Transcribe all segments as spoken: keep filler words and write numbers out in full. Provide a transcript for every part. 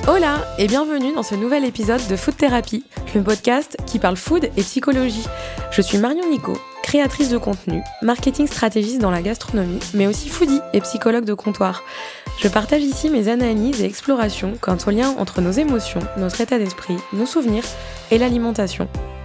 Hola et bienvenue dans ce nouvel épisode de Food Therapy, le podcast qui parle food et psychologie. Je suis Marion Nico, créatrice de contenu, marketing stratégiste dans la gastronomie, mais aussi foodie et psychologue de comptoir. Je partage ici mes analyses et explorations quant au lien entre nos émotions, notre état d'esprit, nos souvenirs et l'alimentation.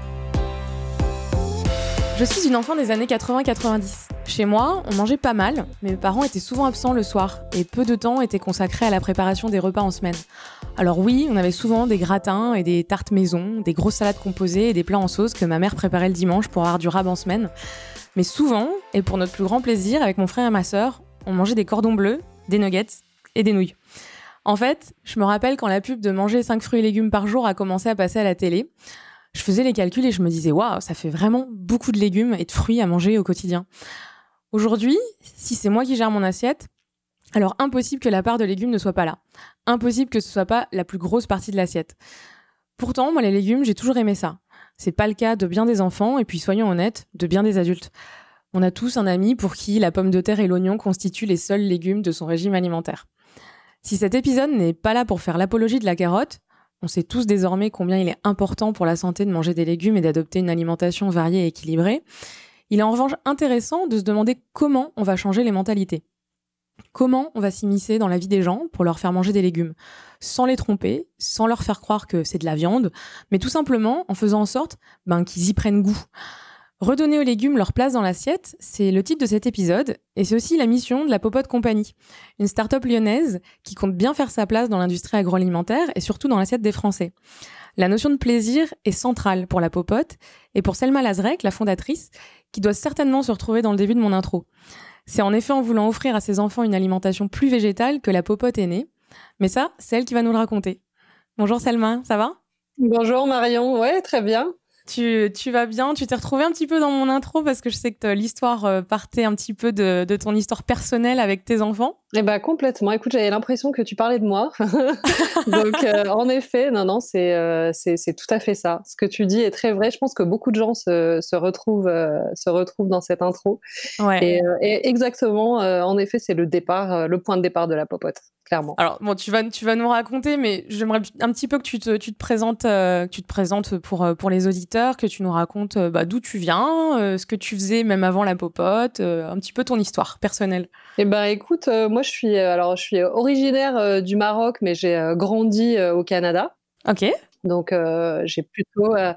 Je suis une enfant des années quatre-vingts quatre-vingt-dix. Chez moi, on mangeait pas mal, mais mes parents étaient souvent absents le soir et peu de temps était consacré à la préparation des repas en semaine. Alors oui, on avait souvent des gratins et des tartes maison, des grosses salades composées et des plats en sauce que ma mère préparait le dimanche pour avoir du rab en semaine. Mais souvent, et pour notre plus grand plaisir, avec mon frère et ma sœur, on mangeait des cordons bleus, des nuggets et des nouilles. En fait, je me rappelle quand la pub de manger cinq fruits et légumes par jour a commencé à passer à la télé, je faisais les calculs et je me disais « Waouh, ça fait vraiment beaucoup de légumes et de fruits à manger au quotidien ». Aujourd'hui, si c'est moi qui gère mon assiette, alors impossible que la part de légumes ne soit pas là. Impossible que ce soit pas la plus grosse partie de l'assiette. Pourtant, moi, les légumes, j'ai toujours aimé ça. C'est pas le cas de bien des enfants, et puis soyons honnêtes, de bien des adultes. On a tous un ami pour qui la pomme de terre et l'oignon constituent les seuls légumes de son régime alimentaire. Si cet épisode n'est pas là pour faire l'apologie de la carotte, on sait tous désormais combien il est important pour la santé de manger des légumes et d'adopter une alimentation variée et équilibrée. Il est en revanche intéressant de se demander comment on va changer les mentalités. Comment on va s'immiscer dans la vie des gens pour leur faire manger des légumes, sans les tromper, sans leur faire croire que c'est de la viande, mais tout simplement en faisant en sorte ben, qu'ils y prennent goût. Redonner aux légumes leur place dans l'assiette, c'est le titre de cet épisode, et c'est aussi la mission de la Popote Company, une start-up lyonnaise qui compte bien faire sa place dans l'industrie agroalimentaire et surtout dans l'assiette des Français. La notion de plaisir est centrale pour la Popote, et pour Selma Lazrek, la fondatrice, qui doit certainement se retrouver dans le début de mon intro. C'est en effet en voulant offrir à ses enfants une alimentation plus végétale que la Popote est née. Mais ça, c'est elle qui va nous le raconter. Bonjour Selma, ça va ? Bonjour Marion, ouais, très bien. Tu, tu vas bien ? Tu t'es retrouvée un petit peu dans mon intro parce que je sais que l'histoire partait un petit peu de, de ton histoire personnelle avec tes enfants. Eh ben complètement. Écoute, j'avais l'impression que tu parlais de moi. Donc, euh, en effet, non, non, c'est, euh, c'est, c'est tout à fait ça. Ce que tu dis est très vrai. Je pense que beaucoup de gens se, se retrouvent, euh, se retrouvent dans cette intro. Ouais. Et, euh, et exactement, euh, en effet, c'est le départ, euh, le point de départ de la popote. Clairement. Alors bon, tu vas tu vas nous raconter, mais j'aimerais un petit peu que tu te tu te présentes euh, que tu te présentes pour pour les auditeurs, que tu nous racontes euh, bah, d'où tu viens, euh, ce que tu faisais même avant la popote, euh, un petit peu ton histoire personnelle. Eh ben écoute, euh, moi je suis alors je suis originaire euh, du Maroc, mais j'ai euh, grandi euh, au Canada. Ok. Donc euh, j'ai plutôt, euh,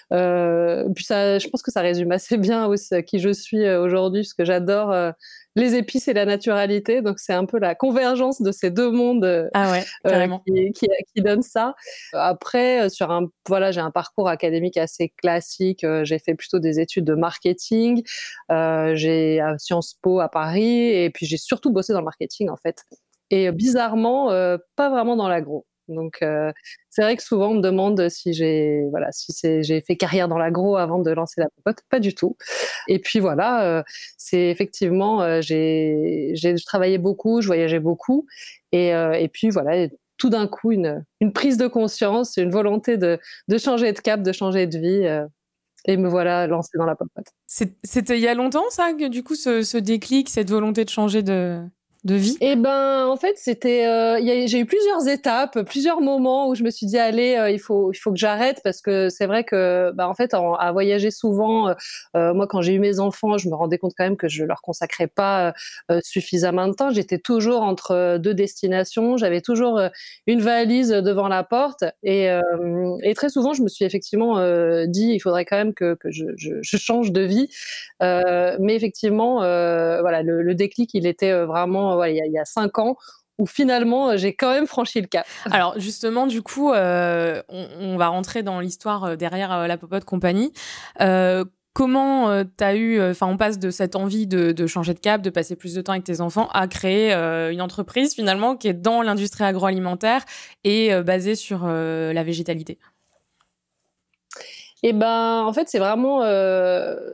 euh, puis ça, je pense que ça résume assez bien aussi qui je suis euh, aujourd'hui, parce que j'adore euh, les épices et la naturalité. Donc c'est un peu la convergence de ces deux mondes euh, ah ouais, carrément. qui, qui, qui donne ça. Après, sur un, voilà, j'ai un parcours académique assez classique. J'ai fait plutôt des études de marketing. Euh, j'ai à Sciences Po à Paris, et puis j'ai surtout bossé dans le marketing en fait. Et bizarrement, euh, pas vraiment dans l'agro. Donc euh, c'est vrai que souvent on me demande si j'ai voilà si c'est j'ai fait carrière dans l'agro avant de lancer la popote, pas du tout. Et puis voilà, euh, c'est effectivement euh, j'ai j'ai travaillé beaucoup, je voyageais beaucoup, et euh, et puis voilà, tout d'un coup une une prise de conscience, une volonté de de changer de cap, de changer de vie. Euh, Et me voilà lancée dans la popote. C'est, c'était il y a longtemps, ça, que du coup, ce, ce déclic, cette volonté de changer de, de vie ? Eh ben, en fait, c'était, euh, y a, j'ai eu plusieurs étapes, plusieurs moments où je me suis dit, allez, euh, il faut, il faut que j'arrête, parce que c'est vrai que, bah, en fait, en, à voyager souvent, euh, euh, moi, quand j'ai eu mes enfants, je me rendais compte quand même que je leur consacrais pas euh, suffisamment de temps. J'étais toujours entre deux destinations, j'avais toujours euh, une valise devant la porte, et, euh, et très souvent, je me suis effectivement euh, dit, il faudrait quand même que, que je, je, je change de vie. Euh, mais effectivement, euh, voilà, le, le déclic, il était vraiment, ouais, il y a, il y a cinq ans, où finalement, j'ai quand même franchi le cap. Alors justement, du coup, euh, on, on va rentrer dans l'histoire derrière euh, la Popote Company. Euh, comment euh, t'as eu, enfin, on passe de cette envie de, de changer de cap, de passer plus de temps avec tes enfants, à créer euh, une entreprise finalement qui est dans l'industrie agroalimentaire et euh, basée sur euh, la végétalité. Et ben, en fait, c'est vraiment. Euh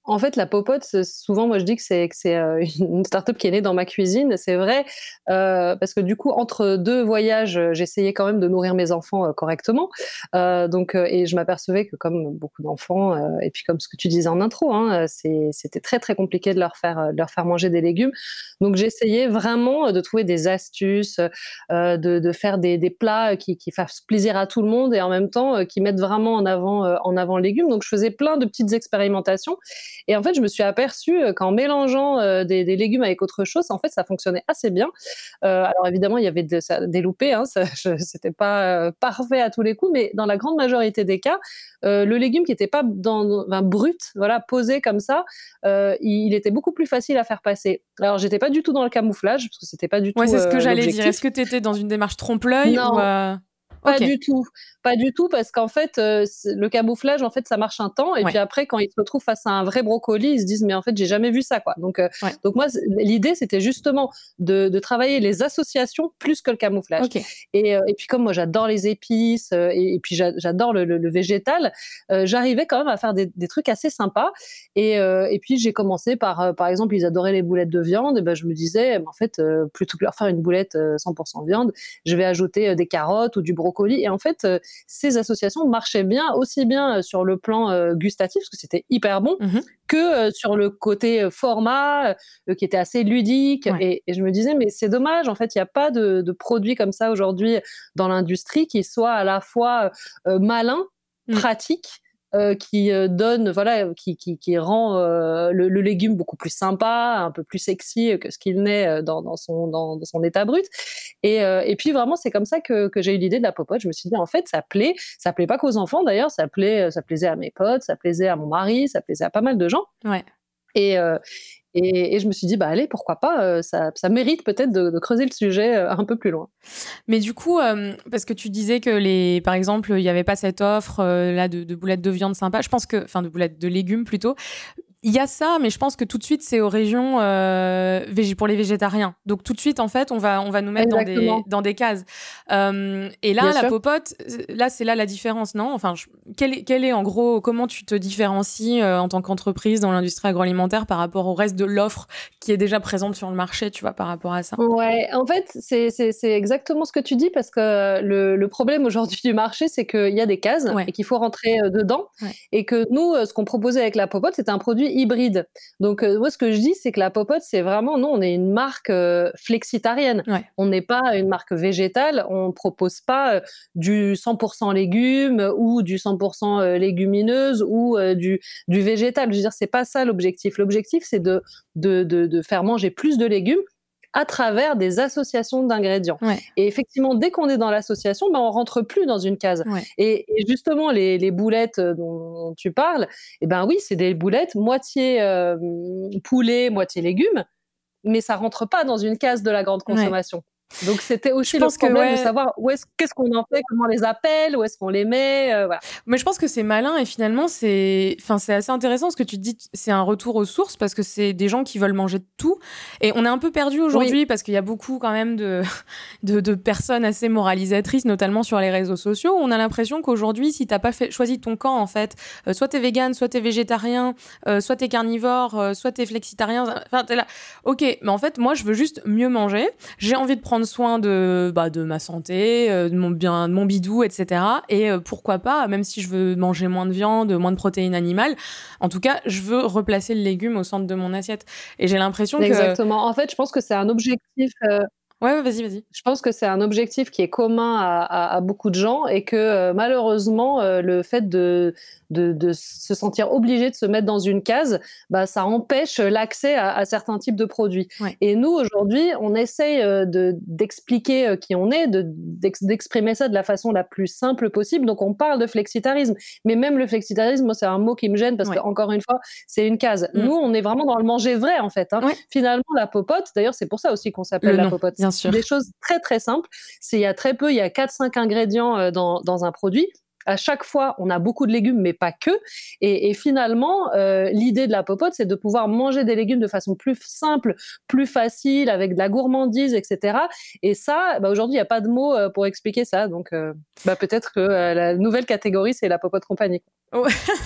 En fait, la popote, c'est souvent, moi, je dis que c'est que c'est, heu, une start-up qui est née dans ma cuisine. C'est vrai, heu, parce que du coup, entre deux voyages, heu, j'essayais quand même de nourrir mes enfants, heu, correctement. Heu, donc heu et je m'apercevais que comme beaucoup d'enfants, heu et puis comme ce que tu disais en intro, hein, heu, c'est c'était très, très compliqué de leur faire, heu, de leur faire manger des légumes. Donc j'essayais vraiment, heu, de trouver des astuces, heu, de de faire des des plats, qui qui fassent plaisir à tout le monde et en même temps, heu, qui mettent vraiment en avant, heu, en avant le légume. Donc je faisais plein de petites expérimentations et en fait, je me suis aperçue, heu, qu'en mélangeant, heu, des des légumes avec autre chose, en fait, ça fonctionnait assez bien. Heu, alors évidemment, il y avait de ça des loupés, hein, ça je c'était pas, heu, parfait à tous les coups, mais dans la grande majorité des cas, heu, le légume qui était pas dans enfin brut, voilà, posé comme ça, heu, il était beaucoup plus facile à faire passer. Alors j'étais pas du tout dans le camouflage, parce que c'était pas du Ouais, tout, c'est ce que heu, j'allais dire. Est-ce l'objectif. que tu étais dans une démarche trompe-l'œil ou Non, heu pas OK, du tout, pas du tout parce qu'en fait, heu, c le camouflage, en fait, ça marche un temps et puis ouais, après quand ils se retrouvent face à un vrai brocoli, ils se disent: «Mais en fait, j'ai jamais vu ça, quoi». Donc heu, ouais, donc moi, c l'idée, c'était justement de de travailler les associations plus que le camouflage OK. et heu et puis comme moi j'adore les épices, heu et et puis j'a j'adore le le le végétal, heu, j'arrivais quand même à faire des des trucs assez sympas et heu et puis j'ai commencé par, heu, par exemple, ils adoraient les boulettes de viande et ben je me disais: «Mais en fait, heu, plutôt que de leur faire une boulette, heu, cent pour cent viande, je vais ajouter, heu, des carottes ou du brocoli» et en fait, heu, ces associations marchaient bien, aussi bien, heu, sur le plan, heu, gustatif, parce que c'était hyper bon, Mmh. que, heu, sur le côté, heu, format, heu, qui était assez ludique Ouais. et et je me disais: «Mais c'est dommage, en fait, il y a pas de de produits comme ça aujourd'hui dans l'industrie qui soient à la fois, heu, malins, Mmh. pratiques, heu, qui, heu, donnent voilà, qui qui qui rend, heu, le le légume beaucoup plus sympa, un peu plus sexy que ce qu'il n'est, heu, dans dans son dans dans son état brut» et heu et puis vraiment, c'est comme ça que que j'ai eu l'idée de la popote. Je me suis dit: «En fait, ça plaît». Ça plaît pas qu'aux enfants d'ailleurs, ça plaît, heu, ça plaisait à mes potes, ça plaisait à mon mari, ça plaisait à pas mal de gens Ouais. et heu et et je me suis dit: «Bah, allez, pourquoi pas, heu, ça ça mérite peut-être de de creuser le sujet, heu, un peu plus loin». Mais du coup, hem, parce que tu disais que les par exemple, il y avait pas cette offre, heu, là de de boulettes de viande sympa. Je pense que enfin de boulettes de légumes plutôt. Il y a ça, mais je pense que tout de suite, c'est aux régions, heu, végé pour les végétariens. Donc tout de suite, en fait, on va on va nous mettre dans des Exactement, dans des cases. Hem et bien là, la sûr. popote, heu, là, c'est là la différence, non? Enfin, je quelle est quelle est en gros comment tu te différencies, heu, en tant qu'entreprise dans l'industrie agroalimentaire par rapport au reste de l'offre qui est déjà présente sur le marché, tu vois, par rapport à ça? Ouais, en fait, c'est c'est c'est exactement ce que tu dis parce que le le problème aujourd'hui du marché, c'est qu'il y a des cases Ouais, et qu'il faut rentrer, heu, dedans ouais. et que nous, heu, ce qu'on proposait avec la popote, c'était un produit hybride. Donc heu, moi, ce que je dis, c'est que la popote, c'est vraiment nous, on est une marque, heu, flexitarienne. Ouais. On n'est pas une marque végétale, on propose pas, heu, du cent pour cent légumes ou du cent pour cent, heu, légumineuse ou heu, du du végétal. Je veux dire, c'est pas ça l'objectif. L'objectif, c'est de de de de faire manger plus de légumes à travers des associations d'ingrédients. Ouais, Et effectivement, dès qu'on est dans l'association, ben, on rentre plus dans une case. ouais, Et, et justement, les, les boulettes euh, dont tu parles, eh ben oui, c'est des boulettes moitié euh, poulet, moitié légumes, mais ça rentre pas dans une case de la grande ouais. consommation. Donc c'était Je aussi le pense que problème de ouais. savoir où est-ce qu'est-ce qu'on en fait, comment on les appelle, où est-ce qu'on les met, euh, voilà. Mais je pense que c'est malin et finalement c'est enfin c'est assez intéressant ce que tu te dis, c'est un retour aux sources parce que c'est des gens qui veulent manger de tout et on est un peu perdu Oui, aujourd'hui parce qu'il y a beaucoup quand même de de de personnes assez moralisatrices notamment sur les réseaux sociaux. On a l'impression qu'aujourd'hui si t'as pas fait choisi ton camp en fait, heu, soit t'es végane, soit t'es végétarien, heu, soit t'es carnivore, heu, soit t'es flexitarien, enfin tu là: «OK, mais en fait moi je veux juste mieux manger, j'ai envie de prendre soin de bah de ma santé, heu, de mon bien de mon bidou et cetera et heu, pourquoi pas, même si je veux manger moins de viande, moins de protéines animales, en tout cas, je veux replacer le légume au centre de mon assiette et j'ai l'impression que exactement. En fait, je pense que c'est un objectif. euh, ouais, ouais, vas-y, vas-y. Je pense que c'est un objectif qui est commun à à à beaucoup de gens et que, heu, malheureusement, heu, le fait de de de se sentir obligé de se mettre dans une case, bah, ça empêche l'accès à à certains types de produits Ouais, et nous, aujourd'hui, on essaye, heu, de d'expliquer, heu, qui on est, de d'ex d'exprimer ça de la façon la plus simple possible. Donc on parle de flexitarisme, mais même le flexitarisme, moi, c'est un mot qui me gêne parce ouais. qu'encore une fois, c'est une case. Mmh. Nous, on est vraiment dans le manger vrai, en fait, hein. Ouais, Finalement, la popote, d'ailleurs, c'est pour ça aussi qu'on s'appelle le la nom, popote. bien C'est sûr. des choses très, très simples. C'est il y a très peu, il y a quatre cinq ingrédients, heu, dans dans un produit. À chaque fois, on a beaucoup de légumes, mais pas que. Et, et finalement, euh, l'idée de la popote, c'est de pouvoir manger des légumes de façon plus simple, plus facile, avec de la gourmandise, et cetera. Et ça, bah, aujourd'hui, il n'y a pas de mots euh, pour expliquer ça. Donc, euh, bah, peut-être que euh, la nouvelle catégorie, c'est la popote compagnie. Ouais.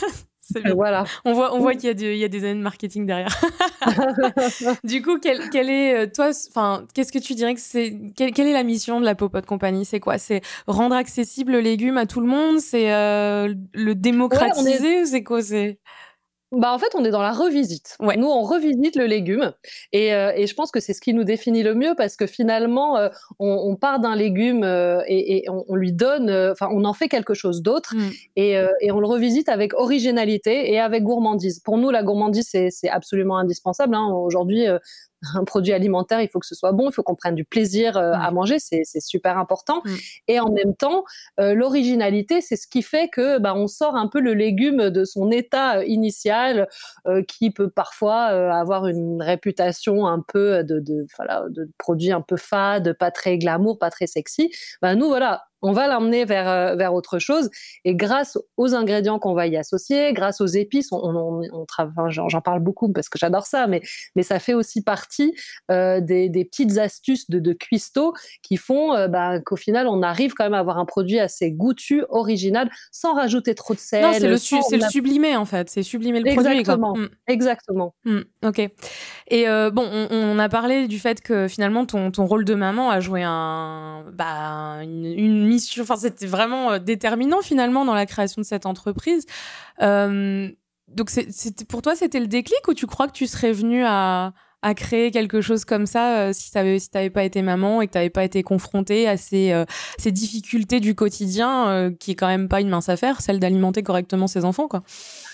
C'est bien. Voilà. On voit, on voit qu'il y a, de, il y a des années de marketing derrière. Du coup, quelle, quelle est, toi, enfin, qu'est-ce que tu dirais que c'est, quelle, quelle est la mission de la Popote Company? C'est quoi? C'est rendre accessible le légume à tout le monde? C'est euh, le Ouais, on est démocratiser? C'est quoi? C'est... Bah, en fait, on est dans la revisite. Ouais. Nous, on revisite le légume et, heu, et je pense que c'est ce qui nous définit le mieux parce que finalement, heu, on, on part d'un légume euh, et, et on, on lui donne, enfin, euh, on en fait quelque chose d'autre Mm. et, euh, et on le revisite avec originalité et avec gourmandise. Pour nous, la gourmandise, c'est, c'est absolument indispensable. Hein. Aujourd'hui, euh, un produit alimentaire, il faut que ce soit bon, il faut qu'on prenne du plaisir euh, Ouais. à manger, c'est, c'est super important. Mm. Et en même temps, euh, l'originalité, c'est ce qui fait que bah, on sort un peu le légume de son état initial, euh, qui peut parfois euh, avoir une réputation un peu de, de, voilà, de produit un peu fade, pas très glamour, pas très sexy. Bah, nous, voilà, on va l'emmener vers, euh, vers autre chose. Et grâce aux ingrédients qu'on va y associer, grâce aux épices, on, on, on travaille, enfin, j'en, j'en parle beaucoup parce que j'adore ça, mais, mais ça fait aussi partie euh, des, des petites astuces de, de cuistot qui font euh, bah, qu'au final, on arrive quand même à avoir un produit assez goûtu, original, sans rajouter trop de sel. Non, c'est le, sans... su- c'est le sublimer, en fait. C'est sublimer le Exactement, produit, quoi. Mm. Exactement. Mm, ok. Et euh, bon, on, on a parlé du fait que finalement ton, ton rôle de maman a joué un, bah, une, une mission. Enfin, c'était vraiment déterminant finalement dans la création de cette entreprise. Euh, donc, c'est, c'était, pour toi, c'était le déclic ou tu crois que tu serais venue à, à créer quelque chose comme ça euh, si tu n'avais si t'avais pas été maman et que tu n'avais pas été confrontée à ces, euh, ces difficultés du quotidien euh, qui est quand même pas une mince affaire, celle d'alimenter correctement ses enfants, quoi.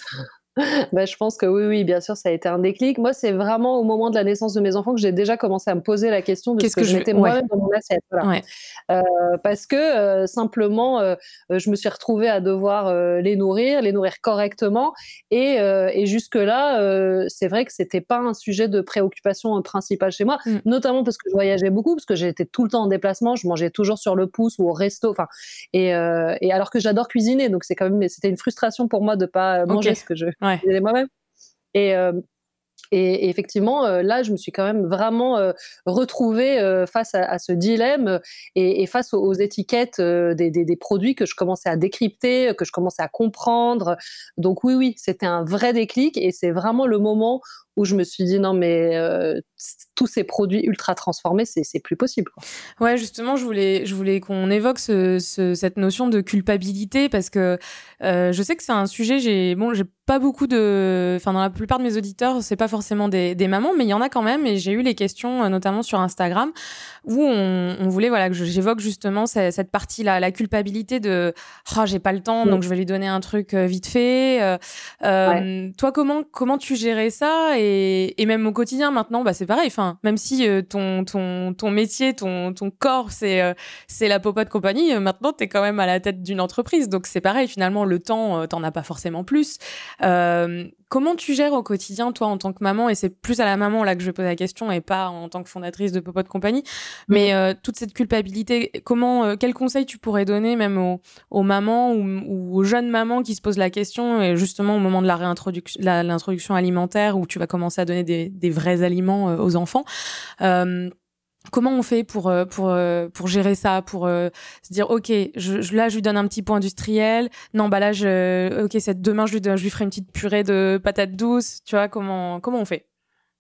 Bah, je pense que oui, oui, bien sûr, ça a été un déclic. Moi, c'est vraiment au moment de la naissance de mes enfants que j'ai déjà commencé à me poser la question de Qu'est-ce ce que, que je je... mettais Ouais. moi-même dans mon assiette. Voilà. Ouais. Euh, parce que euh, simplement, euh, je me suis retrouvée à devoir euh, les nourrir, les nourrir correctement. Et, euh, et jusque-là, euh, c'est vrai que c'était pas un sujet de préoccupation euh, principale chez moi, Mm. notamment parce que je voyageais beaucoup, parce que j'étais tout le temps en déplacement, je mangeais toujours sur le pouce ou au resto. Enfin, et, euh, et alors que j'adore cuisiner, donc c'est quand même, c'était une frustration pour moi de pas manger okay. ce que je ouais. cuisinais moi-même. Et, euh, et, et effectivement, euh, là, je me suis quand même vraiment euh, retrouvée euh, face à, à ce dilemme et, et face aux, aux étiquettes euh, des, des, des produits que je commençais à décrypter, que je commençais à comprendre. Donc oui, oui, c'était un vrai déclic et c'est vraiment le moment où je me suis dit non mais euh, tous ces produits ultra transformés, c'est, c'est plus possible, quoi. Ouais, justement, je voulais, je voulais qu'on évoque ce, ce, cette notion de culpabilité parce que euh, je sais que c'est un sujet, j'ai, bon, j'ai pas beaucoup de... Enfin, dans la plupart de mes auditeurs, c'est pas forcément des, des mamans, mais il y en a quand même et j'ai eu les questions, notamment sur Instagram, où on, on voulait voilà, que j'évoque justement cette, cette partie-là, la culpabilité de « oh, j'ai pas le temps, donc je vais lui donner un truc vite fait euh, ». Ouais. Toi, comment, comment tu gérais ça et, et même au quotidien maintenant, bah, c'est pareil, enfin, même si euh, ton, ton, ton métier, ton, ton corps, c'est, euh, c'est la Popote Company, euh, maintenant, t'es quand même à la tête d'une entreprise. Donc, c'est pareil, finalement, le temps, euh, t'en as pas forcément plus. Euh, comment tu gères au quotidien, toi, en tant que maman, et c'est plus à la maman, là, que je vais poser la question, et pas en tant que fondatrice de Popote Company, mais euh, toute cette culpabilité, comment, euh, quels conseils tu pourrais donner même aux, aux mamans ou, ou aux jeunes mamans qui se posent la question, et justement, au moment de la réintroduction, la, l'introduction alimentaire, où tu vas commencer à donner des, des vrais aliments euh, aux enfants, euh, comment on fait pour pour pour gérer ça, pour euh, se dire ok, je, je, là je lui donne un petit pot industriel, non bah là je ok cette demain je lui donne, je lui ferai une petite purée de patates douces, tu vois, comment comment on fait?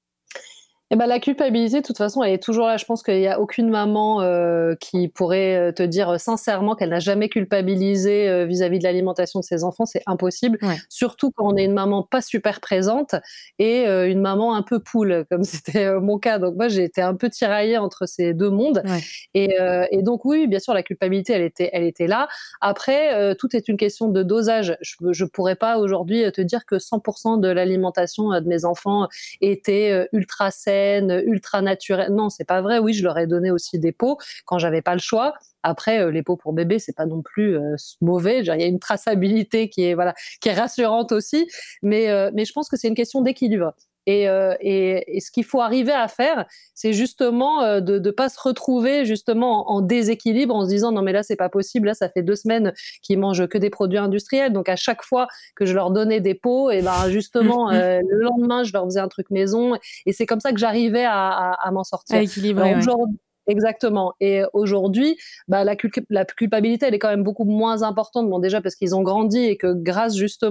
Eh ben, la culpabilité, de toute façon, elle est toujours là. Je pense qu'il n'y a aucune maman euh, qui pourrait te dire sincèrement qu'elle n'a jamais culpabilisé euh, vis-à-vis de l'alimentation de ses enfants. C'est impossible. Ouais. Surtout quand on est une maman pas super présente et euh, une maman un peu poule, comme c'était euh, mon cas. Donc moi, j'ai été un peu tiraillée entre ces deux mondes. Ouais. Et, euh, et donc oui, bien sûr, la culpabilité, elle était, elle était là. Après, euh, tout est une question de dosage. Je ne pourrais pas aujourd'hui te dire que cent pour cent de l'alimentation de mes enfants était euh, ultra saine, ultra naturelle. Non, c'est pas vrai. Oui, je leur ai donné aussi des pots quand j'avais pas le choix. Après, euh, les pots pour bébé, c'est pas non plus euh, mauvais. Il y a une traçabilité qui est voilà, qui est rassurante aussi. Mais euh, mais je pense que c'est une question d'équilibre. Et, euh, et, et ce qu'il faut arriver à faire, c'est justement euh, de ne pas se retrouver justement en, en déséquilibre en se disant non mais là c'est pas possible, là ça fait deux semaines qu'ils mangent que des produits industriels, donc à chaque fois que je leur donnais des pots, et ben justement euh, le lendemain je leur faisais un truc maison, et c'est comme ça que j'arrivais à, à, à m'en sortir. À équilibrer. Alors, aujourd'hui, ouais. Exactement. Et aujourd'hui, bah, la, cul- la culpabilité, elle est quand même beaucoup moins importante. Bon, déjà parce qu'ils ont grandi et que grâce justement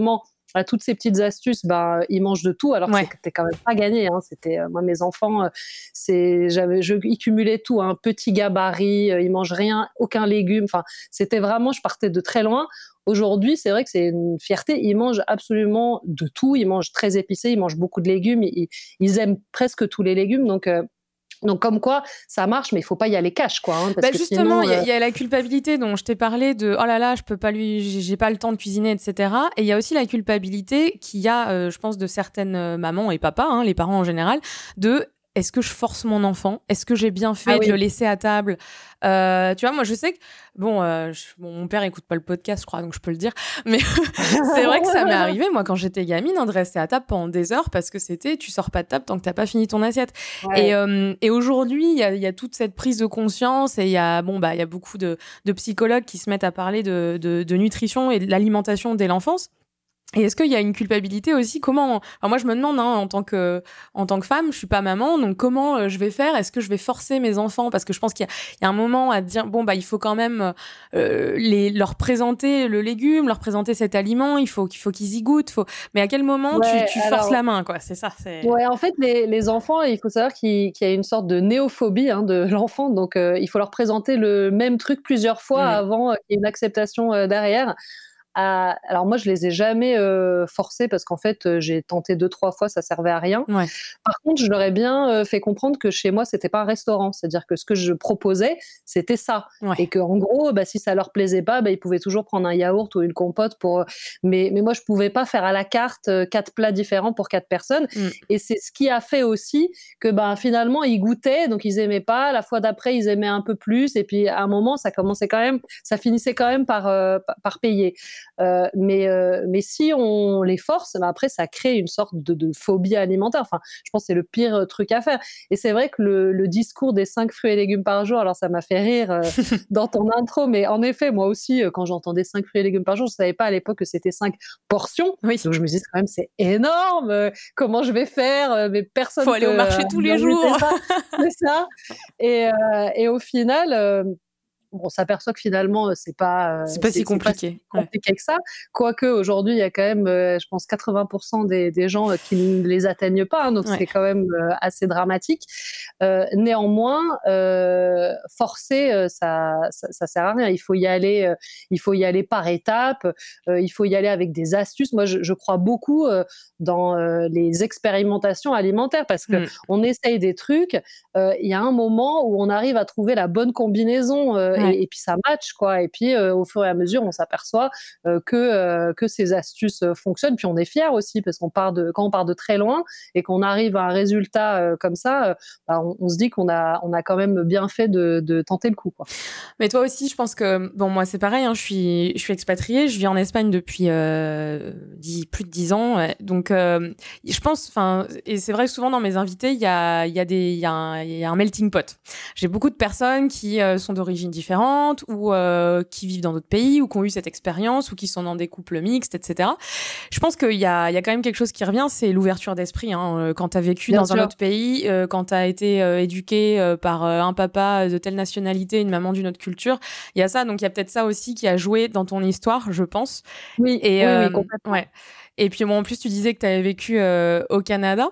à toutes ces petites astuces, bah, ils mangent de tout, alors Ouais. que c'était quand même pas gagné. Hein. C'était, euh, moi, mes enfants, euh, c'est, j'avais, je, ils cumulaient tout, un hein, petit gabarit, euh, ils mangent rien, aucun légume. Enfin, c'était vraiment, je partais de très loin. Aujourd'hui, c'est vrai que c'est une fierté. Ils mangent absolument de tout. Ils mangent très épicé, ils mangent beaucoup de légumes. Ils, ils aiment presque tous les légumes. Donc, euh, donc comme quoi, ça marche, mais il faut pas y aller cash, quoi. Hein, parce Bah que justement, il sinon, y, euh... y a la culpabilité dont je t'ai parlé de oh là là, je peux pas lui, j'ai j'ai pas le temps de cuisiner, et cetera. Et il y a aussi la culpabilité qu'il y a, euh, je pense, de certaines mamans et papas, hein, les parents en général, de est-ce que je force mon enfant? Est-ce que j'ai bien fait ah de oui. le laisser à table? euh, Tu vois, moi, je sais que bon, euh, je, bon, mon père écoute pas le podcast, je crois, donc je peux le dire. Mais c'est vrai que ça m'est arrivé, moi, quand j'étais gamine, hein, de rester à table pendant des heures parce que c'était, tu sors pas de table tant que t'as pas fini ton assiette. Ouais. Et, euh, et aujourd'hui, il y a, y a toute cette prise de conscience et il y a bon bah il y a beaucoup de, de psychologues qui se mettent à parler de, de, de nutrition et de l'alimentation dès l'enfance. Et est-ce qu'il y a une culpabilité aussi? Comment enfin, moi je me demande, hein, en tant que en tant que femme, je suis pas maman, donc comment euh, je vais faire? Est-ce que je vais forcer mes enfants? Parce que je pense qu'il y a, il y a un moment à dire bon bah il faut quand même euh, les leur présenter le légume, leur présenter cet aliment. Il faut qu'il faut qu'ils y goûtent. Faut... Mais à quel moment Ouais, tu, tu alors... forces la main, quoi? C'est ça. C'est... Ouais, en fait, les, les enfants, il faut savoir qu'il, qu'il y a une sorte de néophobie, hein, de l'enfant. Donc, euh, il faut leur présenter le même truc plusieurs fois Mmh. avant euh, qu'il y ait une acceptation euh, derrière. À... Alors moi, je les ai jamais euh, forcés parce qu'en fait, euh, j'ai tenté deux, trois fois, ça servait à rien. Ouais. Par contre, je leur ai bien euh, fait comprendre que chez moi, c'était pas un restaurant. C'est-à-dire que ce que je proposais, c'était ça. Ouais. Et qu'en gros, bah, si ça leur plaisait pas, bah, ils pouvaient toujours prendre un yaourt ou une compote pour. Mais, mais moi, je pouvais pas faire à la carte euh, quatre plats différents pour quatre personnes. Mmh. Et c'est ce qui a fait aussi que bah, finalement, ils goûtaient, donc ils aimaient pas. La fois d'après, ils aimaient un peu plus. Et puis à un moment, ça commençait quand même, ça finissait quand même par, euh, par payer. Euh, mais, euh, mais si on les force, bah après, ça crée une sorte de, de phobie alimentaire. Enfin, je pense que c'est le pire truc à faire. Et c'est vrai que le, le discours des cinq fruits et légumes par jour, alors ça m'a fait rire euh, dans ton intro, mais en effet, moi aussi, quand j'entendais cinq fruits et légumes par jour, je savais pas à l'époque que c'était cinq portions. Oui. Donc je me disais quand même, c'est énorme. Euh, comment je vais faire euh, Mais personne Faut aller peut, au marché euh, tous les jours. ça. C'est ça. Et, euh, et au final. Euh, on s'aperçoit que finalement, c'est pas, euh, C'est pas c'est, si compliqué. c'est pas si compliqué ouais. que ça. Quoique, aujourd'hui, il y a quand même, euh, je pense, quatre-vingts pour cent des, des gens euh, qui ne les atteignent pas. Hein, donc, ouais. c'est quand même euh, assez dramatique. Euh, néanmoins, euh, forcer, euh, ça, ça, ça sert à rien. Il faut y aller, euh, il faut y aller par étapes. Euh, il faut y aller avec des astuces. Moi, je, je crois beaucoup euh, dans euh, les expérimentations alimentaires parce que mm. on essaye des trucs. Il euh, y a un moment où on arrive à trouver la bonne combinaison. Euh, Ouais. Et, et puis ça match, quoi. Et puis euh, au fur et à mesure, on s'aperçoit euh, que euh, que ces astuces euh, fonctionnent. Puis on est fier aussi parce qu'on part de quand on part de très loin et qu'on arrive à un résultat euh, comme ça, euh, bah, on, on se dit qu'on a on a quand même bien fait de, de tenter le coup, quoi. Mais toi aussi, je pense que bon, moi c'est pareil. Hein, je suis je suis expatriée. Je vis en Espagne depuis euh, dix, plus de dix ans. Ouais. Donc euh, je pense, enfin, et c'est vrai que souvent dans mes invités, il y a il y a des il y a un il y a un melting pot. J'ai beaucoup de personnes qui euh, sont d'origine différente ou euh, qui vivent dans d'autres pays ou qui ont eu cette expérience ou qui sont dans des couples mixtes, et cetera. Je pense qu'il y a, il y a quand même quelque chose qui revient, c'est l'ouverture d'esprit. Hein. Quand tu as vécu Bien dans sûr. un autre pays, euh, quand tu as été euh, éduqué euh, par euh, un papa de telle nationalité, une maman d'une autre culture, il y a ça. Donc il y a peut-être ça aussi qui a joué dans ton histoire, je pense. Oui, Et, oui, euh, oui, complètement. Ouais. Et puis bon, en plus, tu disais que tu avais vécu euh, au Canada.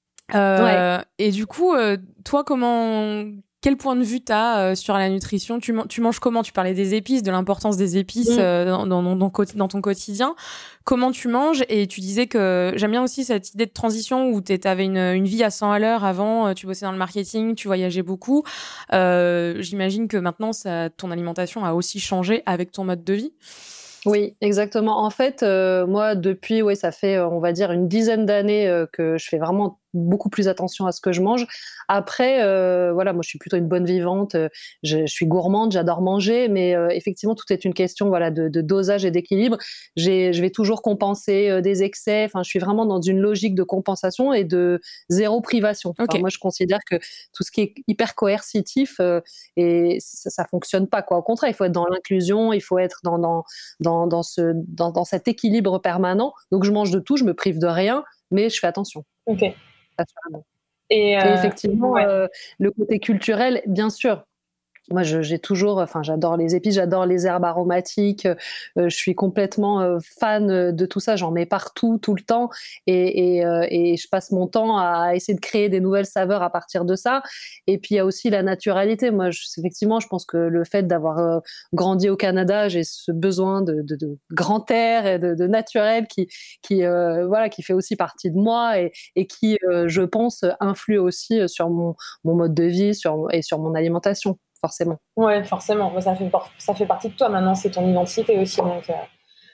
Euh, ouais. Et du coup, euh, toi, comment... Quel point de vue tu as euh, sur la nutrition? tu, man- tu manges comment? Tu parlais des épices, de l'importance des épices mmh. euh, dans, dans, dans, dans ton quotidien. Comment tu manges? Et tu disais que j'aime bien aussi cette idée de transition où tu avais une, une vie à cent à l'heure avant, tu bossais dans le marketing, tu voyageais beaucoup. Euh, j'imagine que maintenant, ça, ton alimentation a aussi changé avec ton mode de vie. Oui, exactement. En fait, euh, moi, depuis, ouais, ça fait, on va dire, une dizaine d'années euh, que je fais vraiment beaucoup plus attention à ce que je mange. Après, euh, voilà, moi, je suis plutôt une bonne vivante. Euh, je, je suis gourmande, j'adore manger, mais euh, effectivement, tout est une question, voilà, de, de dosage et d'équilibre. J'ai, je vais toujours compenser euh, des excès. Enfin, je suis vraiment dans une logique de compensation et de zéro privation. Enfin, okay. Moi, je considère que tout ce qui est hyper coercitif, euh, et ça, ça fonctionne pas, quoi. Au contraire, il faut être dans l'inclusion, il faut être dans, dans, dans, dans ce, dans, dans cet équilibre permanent. Donc, je mange de tout, je me prive de rien, mais je fais attention. Ok. Et, euh, et effectivement, ouais. euh, le côté culturel, bien sûr. Moi, je, j'ai toujours, enfin, j'adore les épices, j'adore les herbes aromatiques. Euh, je suis complètement euh, fan de tout ça. J'en mets partout, tout le temps, et, et, euh, et je passe mon temps à essayer de créer des nouvelles saveurs à partir de ça. Et puis il y a aussi la naturalité. Moi, je, effectivement, je pense que le fait d'avoir euh, grandi au Canada, j'ai ce besoin de, de, de grand air et de, de naturel qui, qui, euh, voilà, qui fait aussi partie de moi et, et qui, euh, je pense, influe aussi sur mon, mon mode de vie, sur, et sur mon alimentation. Forcément. Ouais, forcément. Ça fait, ça fait partie de toi maintenant, c'est ton identité aussi. Donc, euh...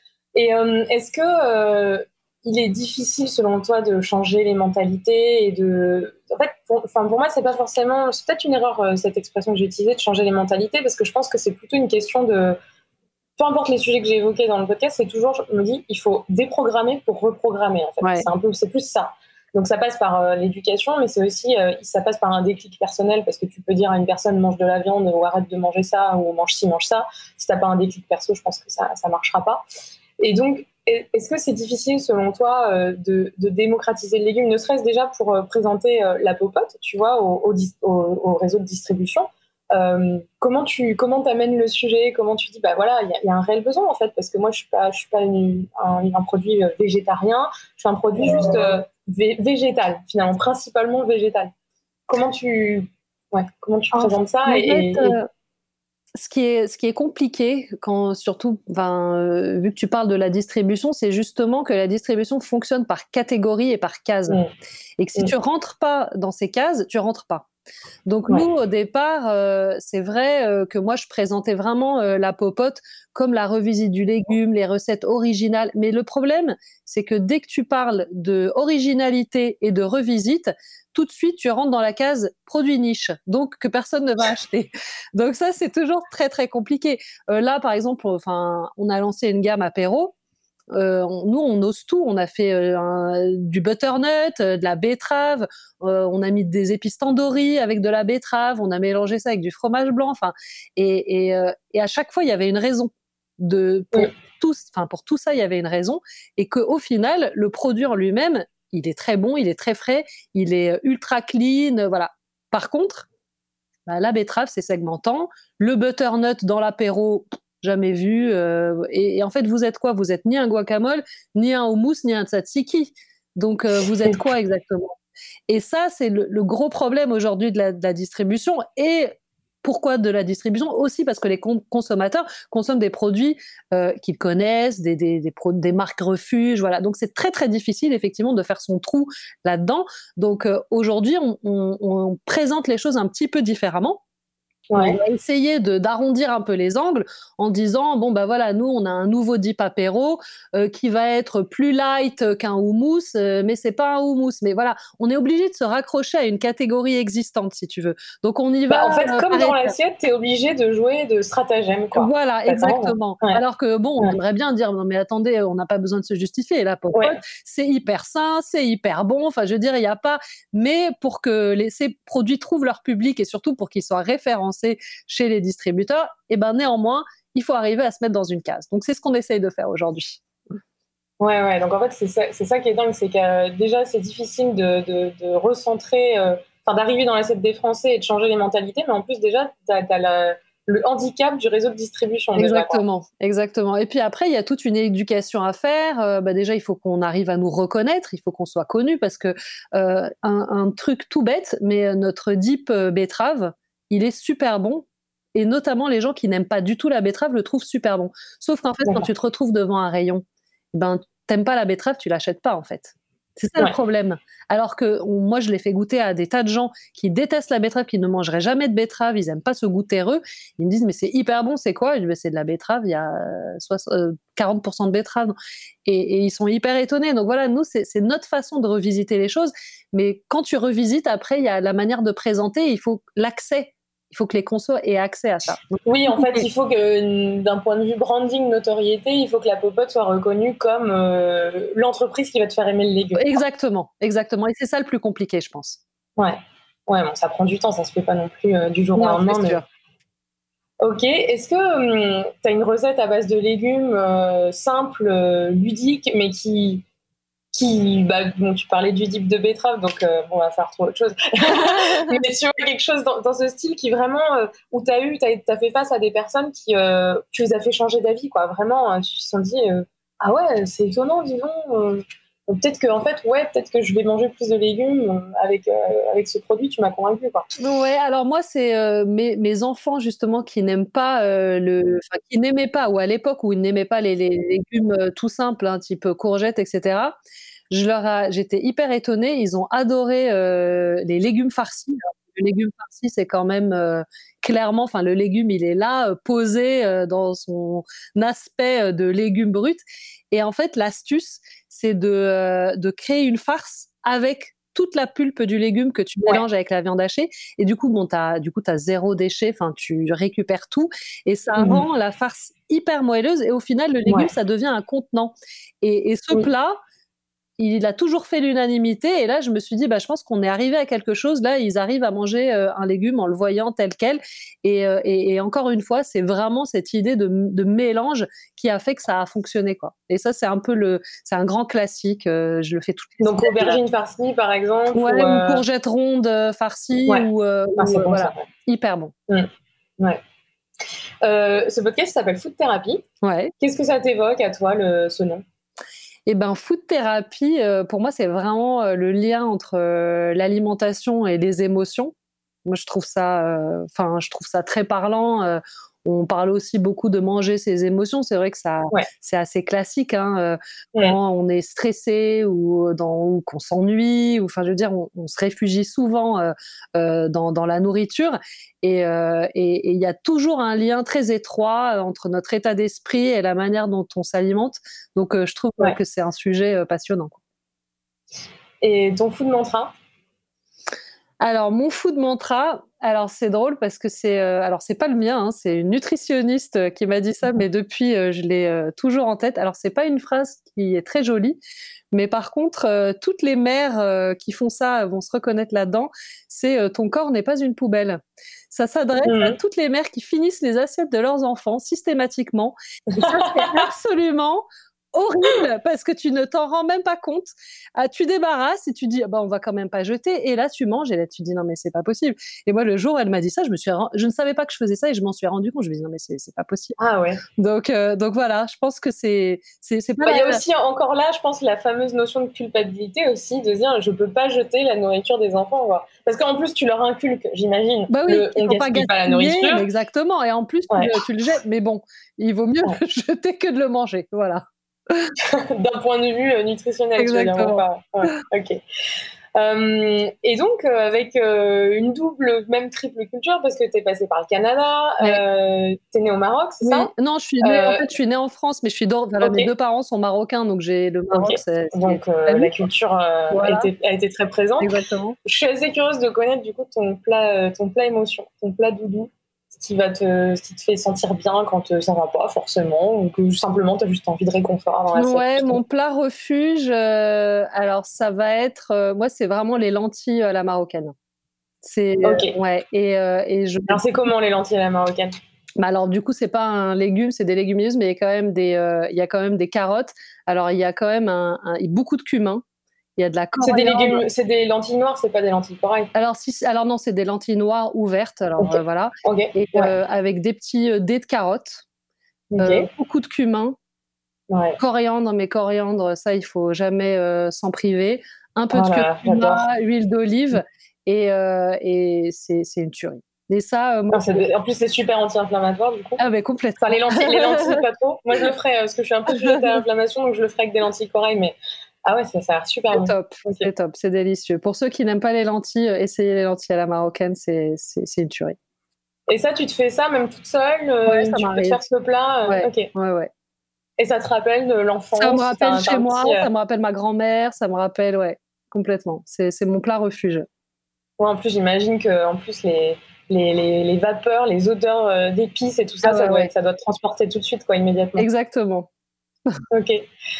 Et euh, est-ce que euh, il est difficile, selon toi, de changer les mentalités et de... En fait, pour, enfin, pour moi, c'est pas forcément... C'est peut-être une erreur, euh, cette expression que j'ai utilisée, de changer les mentalités, parce que je pense que c'est plutôt une question de... Peu importe les sujets que j'ai évoqués dans le podcast, c'est toujours, je me dis, il faut déprogrammer pour reprogrammer, en fait. Ouais. C'est un peu, c'est plus ça. Donc ça passe par euh, l'éducation, mais c'est aussi, euh, ça passe par un déclic personnel, parce que tu peux dire à une personne mange de la viande ou arrête de manger ça, ou mange ci, mange ça. Si t'as pas un déclic perso, je pense que ça, ça marchera pas. Et donc, est-ce que c'est difficile, selon toi, euh, de, de démocratiser le légume, ne serait-ce déjà pour euh, présenter euh, la popote, tu vois, au, au, au, au réseau de distribution? Euh, comment tu comment t'amènes le sujet, comment tu dis bah voilà il y, y a un réel besoin en fait, parce que moi je suis pas je suis pas une, un, un produit végétarien, je suis un produit juste euh, vé- végétal finalement, principalement végétal. Comment tu ouais comment tu En présentes ça? en et, fait, et, et... euh, ce qui est ce qui est compliqué quand surtout, ben, euh, vu que tu parles de la distribution, c'est justement que la distribution fonctionne par catégorie et par case, Mmh. et que si Mmh. tu rentres pas dans ces cases, tu rentres pas. Donc Ouais. nous, au départ, euh, c'est vrai euh, que moi, je présentais vraiment euh, la popote comme la revisite du légume, les recettes originales. Mais le problème, c'est que dès que tu parles de originalité et de revisite, tout de suite, tu rentres dans la case produit niche, donc que personne ne va acheter. Donc ça, c'est toujours très très compliqué. Euh, là, par exemple, enfin, on a lancé une gamme apéro. Euh, on, nous, on ose tout. On a fait euh, un, du butternut, euh, de la betterave. Euh, on a mis des épices tandoori avec de la betterave. On a mélangé ça avec du fromage blanc. Enfin, et, et, euh, et à chaque fois, il y avait une raison de pour Mmh. tous. Enfin, pour tout ça, il y avait une raison. Et qu'au final, le produit en lui-même, il est très bon, il est très frais, il est ultra clean. Voilà. Par contre, bah, la betterave, c'est segmentant. Le butternut dans l'apéro, jamais vu. Euh, et, et en fait, vous êtes quoi? Vous êtes ni un guacamole, ni un hummus, ni un tzatziki. Donc, euh, vous êtes quoi exactement? Et ça, c'est le, le gros problème aujourd'hui de la, de la distribution. Et pourquoi de la distribution? Aussi parce que les con- consommateurs consomment des produits euh, qu'ils connaissent, des, des, des, pro- des marques refuges. Voilà. Donc, c'est très, très difficile, effectivement, de faire son trou là-dedans. Donc, euh, aujourd'hui, on, on, on présente les choses un petit peu différemment. On Ouais. va essayer de d'arrondir un peu les angles en disant bon bah voilà, nous on a un nouveau dip apéro euh, qui va être plus light qu'un houmous, euh, mais c'est pas un houmous. Mais voilà, on est obligé de se raccrocher à une catégorie existante si tu veux. Donc on y Bah, va en fait, euh, comme par dans étapes. l'assiette, t'es obligé de jouer de stratagème, quoi. Voilà, En fait, hein. exactement. Ouais. Alors que bon, on Ouais. aimerait bien dire non mais attendez, on n'a pas besoin de se justifier. La popote, Ouais. c'est hyper sain, c'est hyper bon. Enfin, je veux dire, il n'y a pas. Mais pour que les, ces produits trouvent leur public et surtout pour qu'ils soient référencés chez les distributeurs, et ben néanmoins, il faut arriver à se mettre dans une case. Donc c'est ce qu'on essaye de faire aujourd'hui. Ouais, ouais. Donc en fait, c'est ça, c'est ça qui est dingue, c'est que euh, déjà, c'est difficile de, de, de recentrer, euh, enfin d'arriver dans l'assiette des Français et de changer les mentalités, mais en plus déjà, t'as, t'as la, le handicap du réseau de distribution déjà, quoi. Exactement, exactement. Et puis après, il y a toute une éducation à faire. Euh, bah déjà, il faut qu'on arrive à nous reconnaître, il faut qu'on soit connu parce que euh, un, un truc tout bête, mais notre dip euh, betterave, il est super bon. Et notamment, les gens qui n'aiment pas du tout la betterave le trouvent super bon. Sauf qu'en fait, quand D'accord. tu te retrouves devant un rayon, ben, t'aimes pas la betterave, tu l'achètes pas en fait. C'est ça le Ouais. problème. Alors que on- moi, je l'ai fait goûter à des tas de gens qui détestent la betterave, qui ne mangeraient jamais de betterave, ils aiment pas ce goût terreux. Ils me disent, mais c'est hyper bon, c'est quoi? Je dis, bah, c'est de la betterave, il y a soixante, euh, quarante pour cent de betterave. Et, et ils sont hyper étonnés. Donc voilà, nous, c'est c'est notre façon de revisiter les choses. Mais quand tu revisites, après, il y a la manière de présenter, il faut l'accès. Il faut que les consos aient accès à ça. Donc, Oui, en fait, il faut que, d'un point de vue branding, notoriété, il faut que la popote soit reconnue comme euh, l'entreprise qui va te faire aimer le légume. exactement, exactement. Et c'est ça le plus compliqué, je pense. Ouais. Ouais, bon, ça prend du temps, ça se fait pas non plus euh, du jour au Non, lendemain, c'est mais... sûr. Ok, est-ce que hum, tu as une recette à base de légumes euh, simple, euh, ludique, mais qui, qui, bah, bon, tu parlais du dip de betterave, donc euh, bon, on va faire trouver autre chose. Mais tu vois, quelque chose dans, dans ce style qui vraiment, euh, où tu as eu, tu as fait face à des personnes qui, euh, tu les as fait changer d'avis, quoi. Vraiment, euh, tu te sens dit, euh, ah ouais, c'est étonnant, dis donc. Euh, peut-être que, en fait, ouais, peut-être que je vais manger plus de légumes euh, avec, euh, avec ce produit, tu m'as convaincu, quoi. Ouais, alors moi, c'est euh, mes, mes enfants, justement, qui n'aiment pas euh, le. Enfin, qui n'aimaient pas, ou à l'époque où ils n'aimaient pas les, les légumes euh, tout simples, hein, type euh, courgettes, et cetera. Je leur a, j'étais hyper étonnée. Ils ont adoré euh, les légumes farcis. Alors, le légume farci, c'est quand même euh, clairement, enfin, le légume, il est là, euh, posé euh, dans son aspect euh, de légume brut. Et en fait, l'astuce, c'est de, euh, de créer une farce avec toute la pulpe du légume que tu mélanges ouais. avec la viande hachée. Et du coup, bon, t'as, du coup, t'as zéro déchet, enfin, tu récupères tout. Et ça mmh. rend la farce hyper moelleuse. Et au final, le légume, ouais. ça devient un contenant. Et, et ce oui. plat, il a toujours fait l'unanimité. Et là, je me suis dit, bah, je pense qu'on est arrivé à quelque chose. Là, ils arrivent à manger euh, un légume en le voyant tel quel. Et, euh, et, et encore une fois, c'est vraiment cette idée de, de mélange qui a fait que ça a fonctionné, quoi. Et ça, c'est un peu le, c'est un grand classique. Euh, je le fais toutes les Donc semaines, aubergine farcie, par exemple. Ouais, ou, euh... ou courgette ronde farcie. Ouais. Ou, euh, ah, c'est ou, bon, voilà, ça, ouais. hyper bon. Mmh. Ouais. Euh, ce podcast s'appelle Food Therapy. Ouais. Qu'est-ce que ça t'évoque à toi, le, ce nom? Eh ben, food thérapie, euh, pour moi, c'est vraiment euh, le lien entre euh, l'alimentation et les émotions. Moi, je trouve ça, enfin, euh, je trouve ça très parlant. Euh, on parle aussi beaucoup de manger ses émotions. C'est vrai que ça, ouais. c'est assez classique, hein, euh, ouais. quand on est stressé ou, dans, ou qu'on s'ennuie. Enfin, je veux dire, on, on se réfugie souvent euh, euh, dans, dans la nourriture. Et il euh, et, et y a toujours un lien très étroit entre notre état d'esprit et la manière dont on s'alimente. Donc, euh, je trouve ouais. que c'est un sujet euh, passionnant, quoi. Et ton food mantra? Alors, mon food mantra, alors c'est drôle parce que c'est, euh, alors c'est pas le mien, hein, c'est une nutritionniste qui m'a dit ça, mais depuis euh, je l'ai euh, toujours en tête. Alors c'est pas une phrase qui est très jolie, mais par contre euh, toutes les mères euh, qui font ça vont se reconnaître là-dedans. C'est euh, ton corps n'est pas une poubelle. Ça s'adresse mmh. à toutes les mères qui finissent les assiettes de leurs enfants systématiquement. Et ça c'est absolument horrible parce que tu ne t'en rends même pas compte. Ah, tu débarrasses et tu dis bah on va quand même pas jeter, et là tu manges et là tu dis non mais c'est pas possible. Et moi le jour où elle m'a dit ça, je me suis rend... je ne savais pas que je faisais ça et je m'en suis rendu compte. Je me dis non mais c'est c'est pas possible. Ah ouais. Donc euh, donc voilà, je pense que c'est c'est c'est pas. Il bah, y a aussi encore là, je pense, la fameuse notion de culpabilité aussi, de dire je peux pas jeter la nourriture des enfants, quoi. Parce qu'en plus tu leur inculques, j'imagine. Bah oui, le, on gaspille pas, pas la nourriture. Exactement. Et en plus ouais. tu, tu le jettes, mais bon, il vaut mieux ouais. le jeter que de le manger. Voilà. D'un point de vue euh, nutritionnel, exactement. Tu veux dire, pas. Ouais, ok. Euh, et donc, euh, avec euh, une double, même triple culture, parce que tu es passé par le Canada, ouais. euh, tu es né au Maroc, c'est oui. ça? Non, je suis née, euh... en fait, je suis née en France, mais je suis d'or... voilà, okay. Mes deux parents sont marocains, donc j'ai le Maroc. Okay. C'est, c'est donc, euh, la culture euh, voilà. a, été, a été très présente. Exactement. Je suis assez curieuse de connaître, du coup, ton plat, ton plat émotion, ton plat doudou. Ce qui, va te, ce qui te fait sentir bien quand ça va pas forcément, ou que simplement tu as juste envie de réconfort dans l'assiette. Ouais, mon plat refuge, euh, alors ça va être, euh, moi c'est vraiment les lentilles à la marocaine. C'est, okay. euh, ouais, et, euh, et je... Alors c'est comment les lentilles à la marocaine? Bah alors du coup c'est pas un légume, c'est des légumineuses, mais il y a quand même des, euh, il y a quand même des carottes. Alors il y a quand même un, un, beaucoup de cumin. Il y a de la coriandre. C'est des légumes, c'est des lentilles noires, c'est pas des lentilles corail. Alors si, alors non, c'est des lentilles noires ouvertes. Alors okay. euh, voilà. Okay. Et ouais. euh, avec des petits euh, dés de carottes, okay. euh, beaucoup de cumin, ouais. coriandre, mais coriandre, ça il faut jamais euh, s'en priver. Un peu oh de curcuma, huile d'olive, et, euh, et c'est, c'est une tuerie. Et ça, euh, moi, non, de... En plus, c'est super anti-inflammatoire, du coup. Ah, mais complètement. Enfin, les lentilles, les lentilles pas trop. Moi, je le ferais, parce que je suis un peu sujette à l'inflammation, donc je le ferais avec des lentilles corail, mais ah ouais, ça, ça a l'air super c'est bon. Top, okay. C'est top, c'est délicieux. Pour ceux qui n'aiment pas les lentilles, essayez les lentilles à la marocaine, c'est, c'est, c'est une tuerie. Et ça, tu te fais ça même toute seule ouais, euh, ça Tu m'arrive. peux te faire ce plat euh, ouais. Ok. Ouais, ouais. Et ça te rappelle de l'enfance? Ça me rappelle t'as, chez t'as moi, petit, euh... ça me rappelle ma grand-mère, ça me rappelle, ouais, complètement. C'est, c'est mon plat refuge. Ouais, en plus, j'imagine que en plus, les, les, les, les vapeurs, les odeurs euh, d'épices et tout ça, ah, ça, ouais, doit, ouais. ça doit te transporter tout de suite, quoi, immédiatement. Exactement. Ok.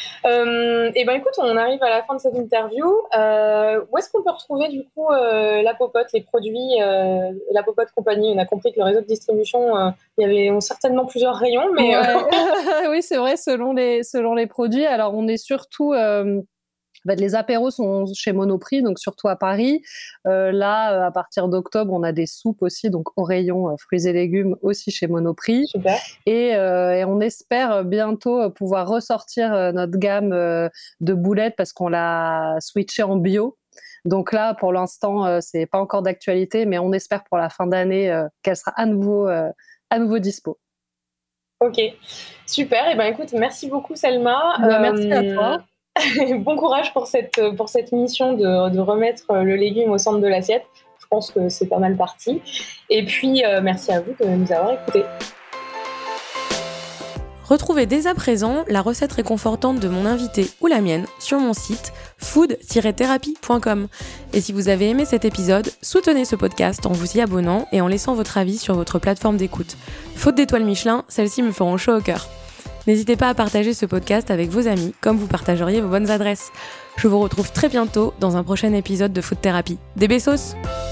Euh, et ben écoute, on arrive à la fin de cette interview. Euh, où est-ce qu'on peut retrouver du coup euh, la popote, les produits, euh, la popote compagnie? On a compris que le réseau de distribution, euh, il y avait on, certainement plusieurs rayons, mais ouais. Oui, c'est vrai, selon les selon les produits. Alors on est surtout euh, En fait, les apéros sont chez Monoprix, donc surtout à Paris. Euh, là, à partir d'octobre, on a des soupes aussi, donc au rayon euh, fruits et légumes aussi chez Monoprix. Super. Et, euh, et on espère bientôt pouvoir ressortir euh, notre gamme euh, de boulettes parce qu'on l'a switché en bio. Donc là, pour l'instant, euh, c'est pas encore d'actualité, mais on espère pour la fin d'année euh, qu'elle sera à nouveau, euh, à nouveau dispo. Ok, super. Et ben écoute, merci beaucoup Selma. Ben, merci à toi. Bon courage pour cette, pour cette mission de, de remettre le légume au centre de l'assiette. Je pense que c'est pas mal parti. Et puis, euh, merci à vous de nous avoir écoutés. Retrouvez dès à présent la recette réconfortante de mon invité ou la mienne sur mon site food tiret thérapie point com. Et si vous avez aimé cet épisode, soutenez ce podcast en vous y abonnant et en laissant votre avis sur votre plateforme d'écoute. Faute d'étoiles Michelin, celles-ci me feront chaud au cœur. N'hésitez pas à partager ce podcast avec vos amis, comme vous partageriez vos bonnes adresses. Je vous retrouve très bientôt dans un prochain épisode de Food Thérapie. Des besos!